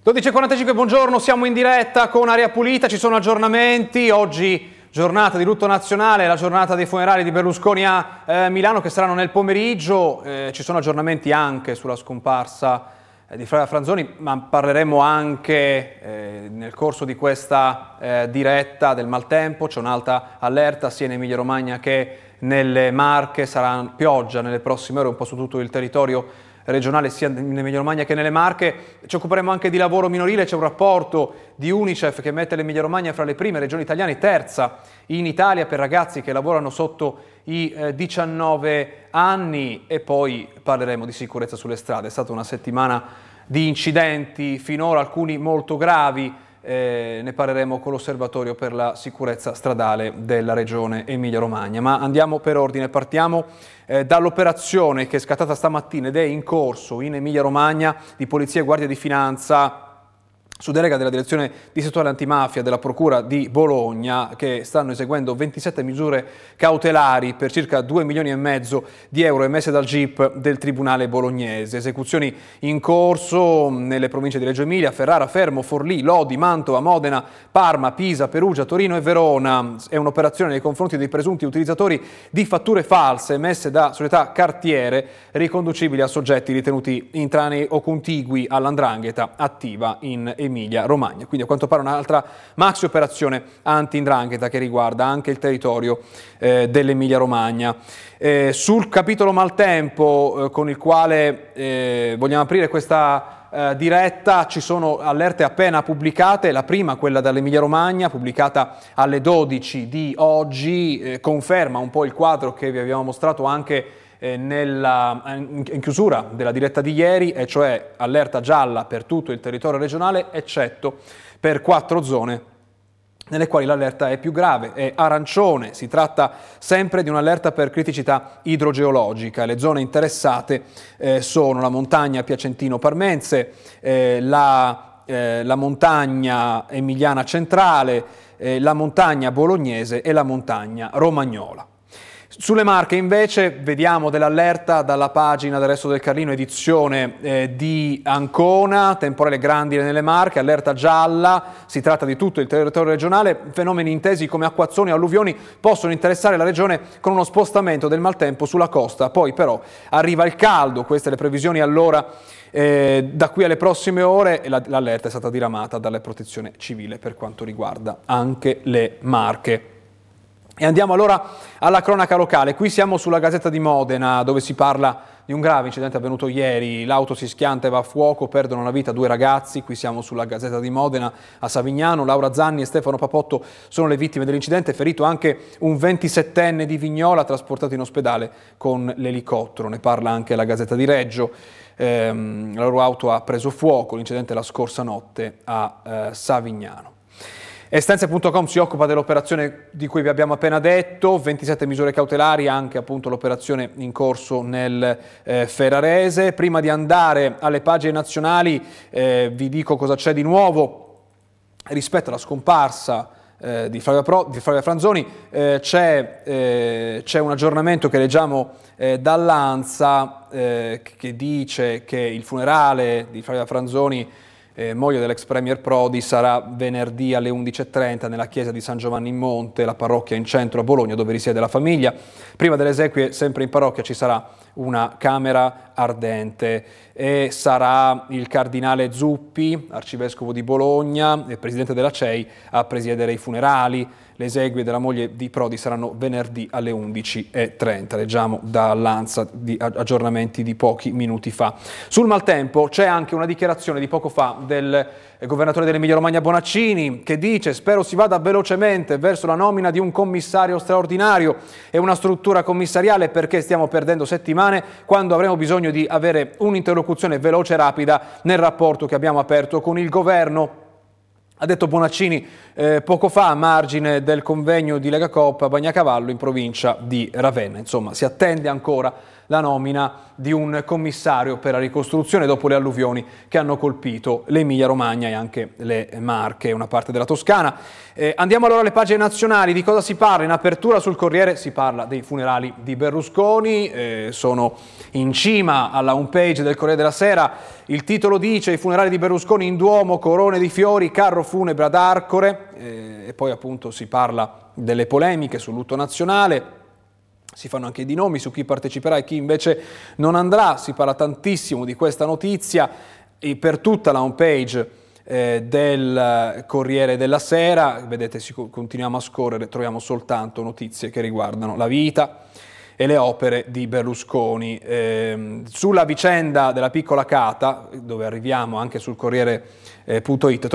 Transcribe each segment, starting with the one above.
12.45, buongiorno, siamo in diretta con Aria Pulita, ci sono aggiornamenti, oggi giornata di lutto nazionale, la giornata dei funerali di Berlusconi a Milano che saranno nel pomeriggio, ci sono aggiornamenti anche sulla scomparsa di Flavia Franzoni, ma parleremo anche nel corso di questa diretta del maltempo, c'è un'alta allerta sia in Emilia Romagna che nelle Marche, sarà pioggia nelle prossime ore un po' su tutto il territorio regionale sia in Emilia Romagna che nelle Marche. Ci occuperemo anche di lavoro minorile, c'è un rapporto di UNICEF che mette l'Emilia Romagna fra le prime regioni italiane, terza in Italia per ragazzi che lavorano sotto i 19 anni, e poi parleremo di sicurezza sulle strade. È stata una settimana di incidenti, finora alcuni molto gravi, ne parleremo con l'Osservatorio per la sicurezza stradale della regione Emilia Romagna. Ma andiamo per ordine, partiamo dall'operazione che è scattata stamattina ed è in corso in Emilia Romagna di Polizia e Guardia di Finanza su delega della Direzione Distrettuale Antimafia della Procura di Bologna, che stanno eseguendo 27 misure cautelari per circa 2,5 milioni di euro emesse dal GIP del Tribunale bolognese. Esecuzioni in corso nelle province di Reggio Emilia, Ferrara, Fermo, Forlì, Lodi, Mantova, Modena, Parma, Pisa, Perugia, Torino e Verona. È un'operazione nei confronti dei presunti utilizzatori di fatture false emesse da società cartiere riconducibili a soggetti ritenuti intranei o contigui all''ndrangheta attiva in Emilia Romagna. Quindi a quanto pare un'altra maxi operazione anti-'ndrangheta che riguarda anche il territorio dell'Emilia Romagna. Sul capitolo maltempo con il quale vogliamo aprire questa diretta ci sono allerte appena pubblicate, la prima, quella dall'Emilia Romagna, pubblicata alle 12 di oggi, conferma un po' il quadro che vi abbiamo mostrato anche in chiusura della diretta di ieri, e cioè allerta gialla per tutto il territorio regionale eccetto per 4 zone nelle quali l'allerta è più grave, è arancione. Si tratta sempre di un'allerta per criticità idrogeologica. Le zone interessate sono la montagna piacentino-parmense, la montagna emiliana centrale, la montagna bolognese e la montagna romagnola. Sulle Marche invece vediamo dell'allerta dalla pagina del Resto del Carlino, edizione di Ancona, temporale grandine nelle Marche, allerta gialla, si tratta di tutto il territorio regionale, fenomeni intesi come acquazzoni e alluvioni possono interessare la regione con uno spostamento del maltempo sulla costa, poi però arriva il caldo, queste le previsioni allora da qui alle prossime ore, e l'allerta è stata diramata dalla Protezione Civile per quanto riguarda anche le Marche. E andiamo allora alla cronaca locale. Qui siamo sulla Gazzetta di Modena, dove si parla di un grave incidente avvenuto ieri. L'auto si schianta e va a fuoco, perdono la vita 2 ragazzi. Qui siamo sulla Gazzetta di Modena a Savignano. Laura Zanni e Stefano Papotto sono le vittime dell'incidente. Ferito anche un 27enne di Vignola, trasportato in ospedale con l'elicottero. Ne parla anche la Gazzetta di Reggio. La loro auto ha preso fuoco. L'incidente la scorsa notte a Savignano. Estense.com si occupa dell'operazione di cui vi abbiamo appena detto, 27 misure cautelari, anche appunto l'operazione in corso nel Ferrarese. Prima di andare alle pagine nazionali vi dico cosa c'è di nuovo rispetto alla scomparsa di Flavia Franzoni. C'è un aggiornamento che leggiamo dall'ANSA che dice che il funerale di Flavia Franzoni, moglie dell'ex premier Prodi, sarà venerdì alle 11.30 nella chiesa di San Giovanni in Monte, la parrocchia in centro a Bologna, dove risiede la famiglia. Prima delle esequie, sempre in parrocchia, ci sarà una camera ardente e sarà il cardinale Zuppi, arcivescovo di Bologna e presidente della CEI, a presiedere i funerali. Le esequie della moglie di Prodi saranno venerdì alle 11.30. Leggiamo dall'ANSA di aggiornamenti di pochi minuti fa. Sul maltempo c'è anche una dichiarazione di poco fa del governatore dell'Emilia Romagna Bonaccini, che dice: spero si vada velocemente verso la nomina di un commissario straordinario e una struttura commissariale, perché stiamo perdendo settimane quando avremo bisogno di avere un'interlocuzione veloce e rapida nel rapporto che abbiamo aperto con il governo. Ha detto Bonaccini poco fa a margine del convegno di Legacoop a Bagnacavallo in provincia di Ravenna. Insomma, si attende ancora la nomina di un commissario per la ricostruzione dopo le alluvioni che hanno colpito l'Emilia-Romagna e anche le Marche e una parte della Toscana. Andiamo allora alle pagine nazionali. Di cosa si parla? In apertura sul Corriere si parla dei funerali di Berlusconi, sono in cima alla homepage del Corriere della Sera. Il titolo dice: i funerali di Berlusconi in Duomo, corone di fiori, carro funebre ad Arcore, e poi appunto si parla delle polemiche sul lutto nazionale. Si fanno anche di nomi su chi parteciperà e chi invece non andrà. Si parla tantissimo di questa notizia e per tutta la homepage del Corriere della Sera, vedete, continuiamo a scorrere, troviamo soltanto notizie che riguardano la vita e le opere di Berlusconi. Sulla vicenda della piccola Cata, dove arriviamo anche sul Corriere.it,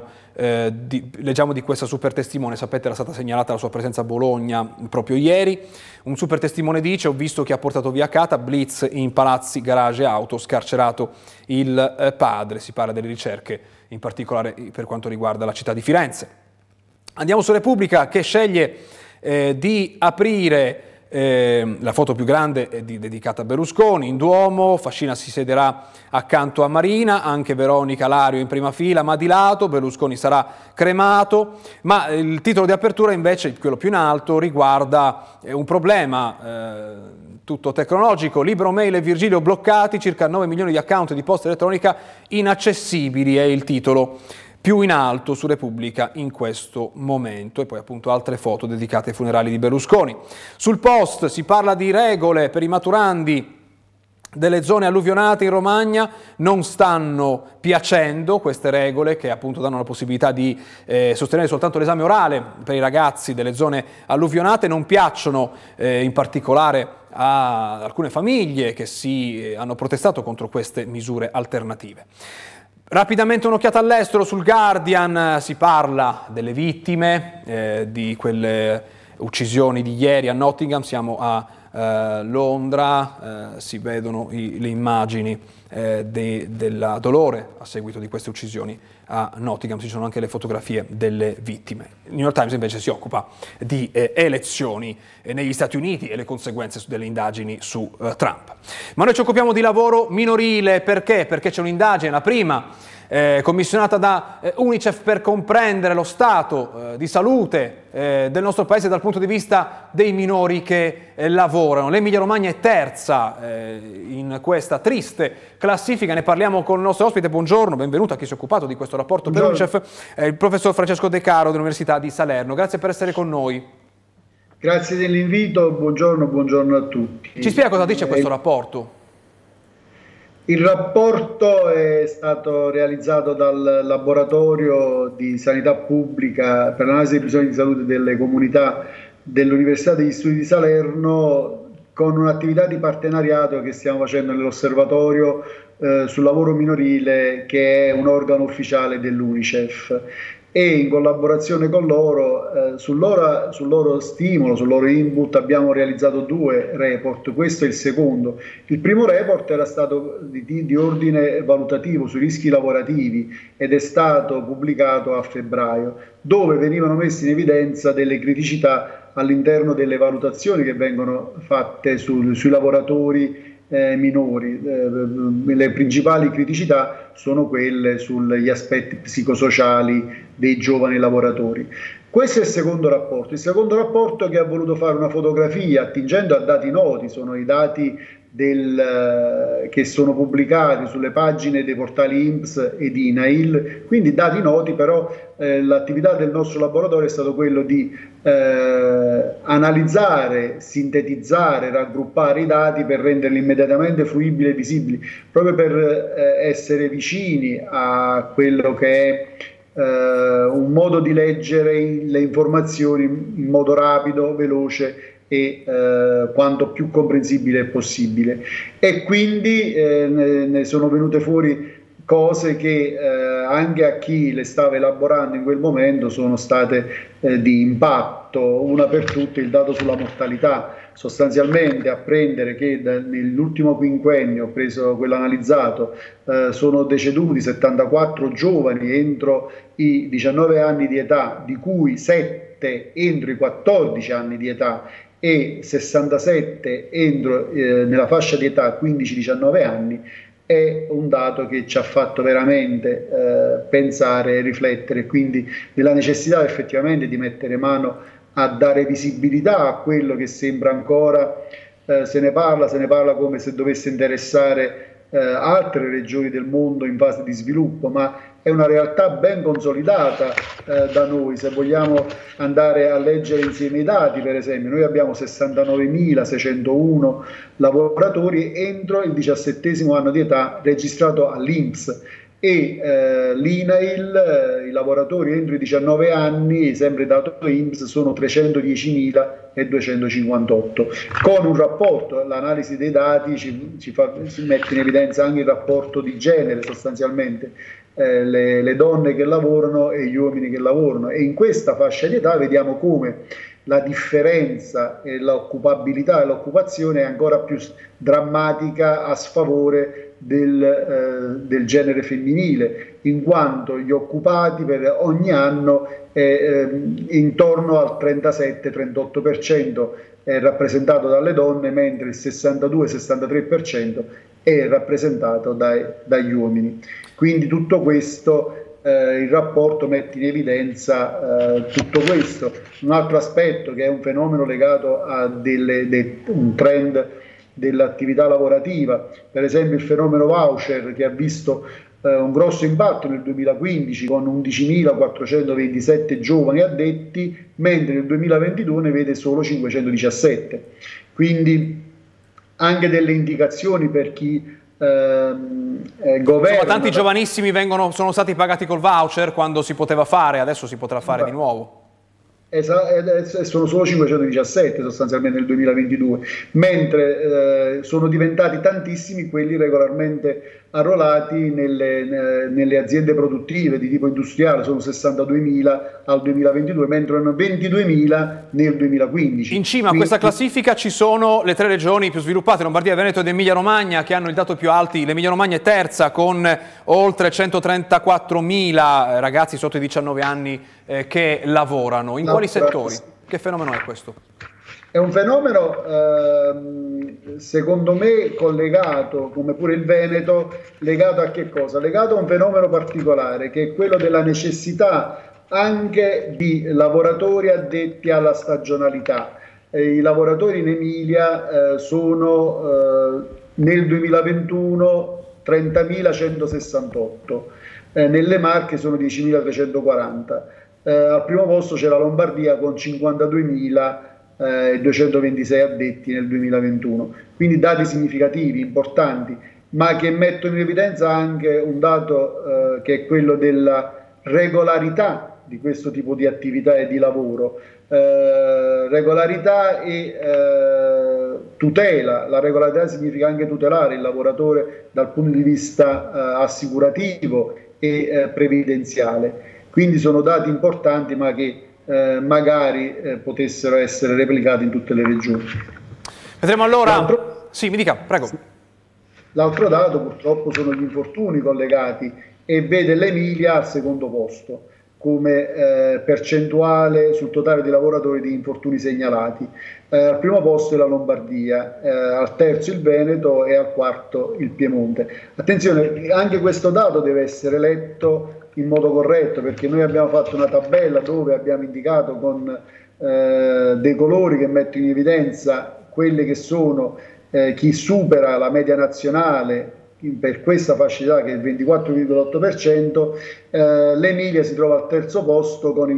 leggiamo di questa super testimone. Sapete, era stata segnalata la sua presenza a Bologna proprio ieri. Un super testimone dice: ho visto chi ha portato via Cata, blitz in palazzi, garage e auto, scarcerato il padre. Si parla delle ricerche, in particolare per quanto riguarda la città di Firenze. Andiamo su Repubblica, che sceglie di aprire la foto più grande è dedicata a Berlusconi. In Duomo, Fascina si siederà accanto a Marina, anche Veronica Lario in prima fila, ma di lato. Berlusconi sarà cremato. Ma il titolo di apertura invece, quello più in alto, riguarda un problema tutto tecnologico. Libero Mail e Virgilio bloccati, circa 9 milioni di account di posta elettronica inaccessibili, è il titolo più in alto su Repubblica in questo momento, e poi appunto altre foto dedicate ai funerali di Berlusconi. Sul Post si parla di regole per i maturandi delle zone alluvionate in Romagna. Non stanno piacendo queste regole, che appunto danno la possibilità di sostenere soltanto l'esame orale per i ragazzi delle zone alluvionate. Non piacciono in particolare a alcune famiglie che hanno protestato contro queste misure alternative. Rapidamente un'occhiata all'estero. Sul Guardian si parla delle vittime di quelle uccisioni di ieri a Nottingham. Siamo a Londra, si vedono le immagini del dolore a seguito di queste uccisioni a Nottingham. Ci sono anche le fotografie delle vittime. Il New York Times invece si occupa di elezioni negli Stati Uniti e le conseguenze delle indagini su Trump. Ma noi ci occupiamo di lavoro minorile. Perché? Perché c'è un'indagine, la prima, commissionata da Unicef per comprendere lo stato di salute del nostro paese dal punto di vista dei minori che lavorano. L'Emilia Romagna è terza in questa triste classifica. Ne parliamo con il nostro ospite. Buongiorno, benvenuto a chi si è occupato di questo rapporto per Unicef, il professor Francesco De Caro dell'Università di Salerno. Grazie per essere con noi. Grazie dell'invito, buongiorno a tutti. Ci spiega cosa dice questo rapporto? Il rapporto è stato realizzato dal Laboratorio di Sanità Pubblica per l'analisi dei bisogni di salute delle comunità dell'Università degli Studi di Salerno, con un'attività di partenariato che stiamo facendo nell'Osservatorio sul lavoro minorile, che è un organo ufficiale dell'Unicef. E in collaborazione con loro, sul loro stimolo, sul loro input, abbiamo realizzato 2 report. Questo è il secondo. Il primo report era stato di ordine valutativo sui rischi lavorativi ed è stato pubblicato a febbraio, dove venivano messe in evidenza delle criticità all'interno delle valutazioni che vengono fatte sui lavoratori minori. Le principali criticità sono quelle sugli aspetti psicosociali dei giovani lavoratori. Questo è il secondo rapporto. Il secondo rapporto, che ha voluto fare una fotografia attingendo a dati noti, sono i dati che sono pubblicati sulle pagine dei portali INPS ed INAIL, quindi dati noti, però l'attività del nostro laboratorio è stato quello di analizzare, sintetizzare, raggruppare i dati per renderli immediatamente fruibili e visibili, proprio per essere vicini a quello che è un modo di leggere le informazioni in modo rapido, veloce e quanto più comprensibile possibile. E quindi ne sono venute fuori cose che anche a chi le stava elaborando in quel momento sono state di impatto. Una per tutte il dato sulla mortalità. Sostanzialmente apprendere che nell'ultimo quinquennio, preso quello analizzato, sono deceduti 74 giovani entro i 19 anni di età, di cui 7 entro i 14 anni di età, e 67 nella fascia di età 15-19 anni, è un dato che ci ha fatto veramente pensare e riflettere, quindi della necessità effettivamente di mettere mano a dare visibilità a quello che sembra ancora, se ne parla come se dovesse interessare altre regioni del mondo in fase di sviluppo, ma è una realtà ben consolidata da noi. Se vogliamo andare a leggere insieme i dati, per esempio, noi abbiamo 69.601 lavoratori entro il 17° anno di età registrato all'INPS, e l'INAIL, i lavoratori entro i 19 anni, sempre dato INPS, sono 310.258, con un rapporto, l'analisi dei dati ci mette in evidenza anche il rapporto di genere sostanzialmente, le donne che lavorano e gli uomini che lavorano, e in questa fascia di età vediamo come la differenza e l'occupabilità e l'occupazione è ancora più drammatica a sfavore del genere femminile, in quanto gli occupati per ogni anno è intorno al 37-38% è rappresentato dalle donne, mentre il 62-63% è rappresentato dagli uomini. Quindi tutto questo, il rapporto mette in evidenza tutto questo. Un altro aspetto, che è un fenomeno legato a un trend dell'attività lavorativa, per esempio il fenomeno voucher, che ha visto un grosso impatto nel 2015 con 11.427 giovani addetti, mentre nel 2022 ne vede solo 517. Quindi anche delle indicazioni per chi governa. Insomma, tanti giovanissimi sono stati pagati col voucher quando si poteva fare, adesso si potrà fare di nuovo. Sono solo 517 sostanzialmente nel 2022, mentre sono diventati tantissimi quelli regolarmente arruolati nelle aziende produttive di tipo industriale, sono 62.000 al 2022, mentre erano 22.000 nel 2015. In cima a questa classifica ci sono le 3 regioni più sviluppate, Lombardia, Veneto ed Emilia Romagna, che hanno il dato più alti. L'Emilia Romagna è terza con oltre 134.000 ragazzi sotto i 19 anni che lavorano. In quali settori? Che fenomeno è questo? È un fenomeno, secondo me, collegato, come pure il Veneto, legato a che cosa? Legato a un fenomeno particolare, che è quello della necessità anche di lavoratori addetti alla stagionalità. I lavoratori in Emilia sono nel 2021 30.168, nelle Marche sono 10.340. Al primo posto c'è la Lombardia con 52.226 addetti nel 2021, quindi dati significativi, importanti, ma che mettono in evidenza anche un dato che è quello della regolarità di questo tipo di attività e di lavoro. Regolarità e tutela. La regolarità significa anche tutelare il lavoratore dal punto di vista assicurativo e previdenziale. Quindi sono dati importanti, ma che magari potessero essere replicati in tutte le regioni. Vedremo allora. Sì, mi dica, prego. L'altro dato purtroppo sono gli infortuni collegati, e vede l'Emilia al secondo posto come percentuale sul totale di lavoratori di infortuni segnalati. Al primo posto è la Lombardia, al terzo il Veneto e al quarto il Piemonte. Attenzione, anche questo dato deve essere letto in modo corretto, perché noi abbiamo fatto una tabella dove abbiamo indicato con dei colori che mettono in evidenza quelle che sono chi supera la media nazionale per questa fascia d'età, che è il 24,8%, l'Emilia si trova al terzo posto con il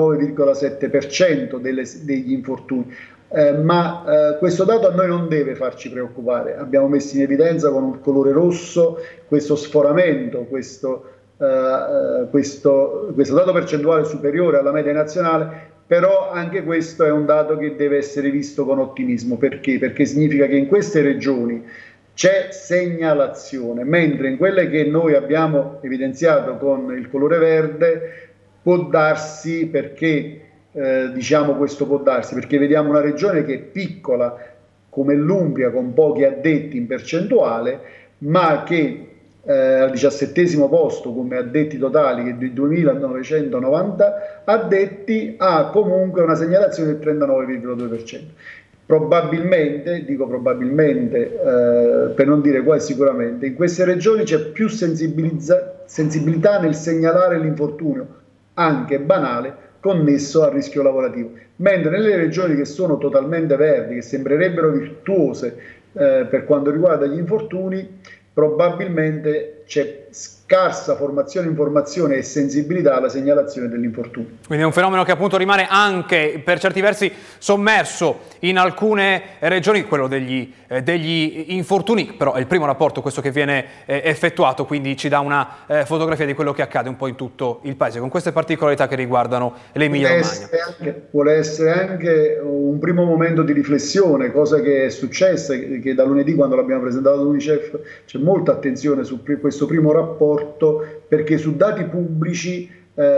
29,7% degli infortuni. Ma questo dato a noi non deve farci preoccupare. Abbiamo messo in evidenza con un colore rosso questo sforamento, questo dato percentuale superiore alla media nazionale, però anche questo è un dato che deve essere visto con ottimismo. Perché? Perché significa che in queste regioni c'è segnalazione, mentre in quelle che noi abbiamo evidenziato con il colore verde può darsi, perché diciamo questo può darsi, perché vediamo una regione che è piccola come l'Umbria, con pochi addetti in percentuale, ma che al 17° posto come addetti totali, che è di 2.990 addetti, ha comunque una segnalazione del 39,2%. Probabilmente, dico probabilmente, per non dire quasi sicuramente, in queste regioni c'è più sensibilità nel segnalare l'infortunio, anche banale, connesso al rischio lavorativo, mentre nelle regioni che sono totalmente verdi, che sembrerebbero virtuose per quanto riguarda gli infortuni, probabilmente c'è scarsa formazione, informazione e sensibilità alla segnalazione dell'infortunio. Quindi è un fenomeno che appunto rimane anche per certi versi sommerso in alcune regioni, quello degli infortuni, però è il primo rapporto questo che viene effettuato, quindi ci dà una fotografia di quello che accade un po' in tutto il paese, con queste particolarità che riguardano l'Emilia-Romagna. Vuole essere anche un primo momento di riflessione, cosa che è successa, che da lunedì quando l'abbiamo presentato all'Unicef c'è molta attenzione su questo primo rapporto, perché su dati pubblici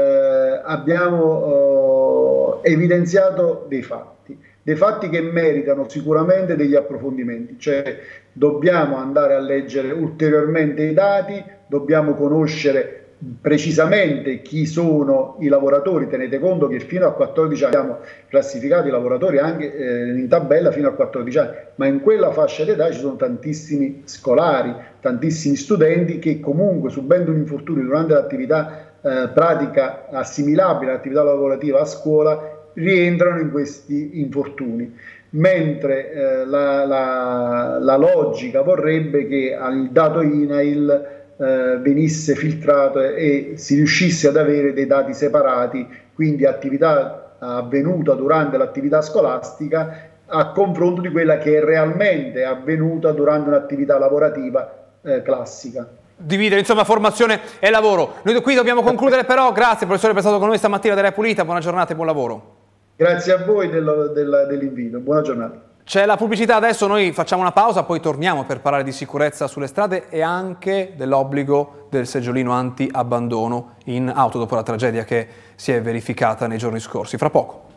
abbiamo evidenziato dei fatti che meritano sicuramente degli approfondimenti, cioè dobbiamo andare a leggere ulteriormente i dati, dobbiamo conoscere precisamente chi sono i lavoratori. Tenete conto che fino a 14 anni abbiamo classificato i lavoratori anche in tabella fino a 14 anni, ma in quella fascia d'età ci sono tantissimi scolari, tantissimi studenti che comunque, subendo un infortunio durante l'attività pratica assimilabile all'attività lavorativa a scuola, rientrano in questi infortuni, mentre la logica vorrebbe che il dato INAIL venisse filtrato e si riuscisse ad avere dei dati separati, quindi attività avvenuta durante l'attività scolastica a confronto di quella che è realmente avvenuta durante un'attività lavorativa classica. Dividere insomma formazione e lavoro. Noi qui dobbiamo concludere però, grazie professore per essere stato con noi stamattina dell'Aria Pulita, buona giornata e buon lavoro. Grazie a voi dell'invito, buona giornata. C'è la pubblicità adesso, noi facciamo una pausa, poi torniamo per parlare di sicurezza sulle strade e anche dell'obbligo del seggiolino anti-abbandono in auto dopo la tragedia che si è verificata nei giorni scorsi. Fra poco.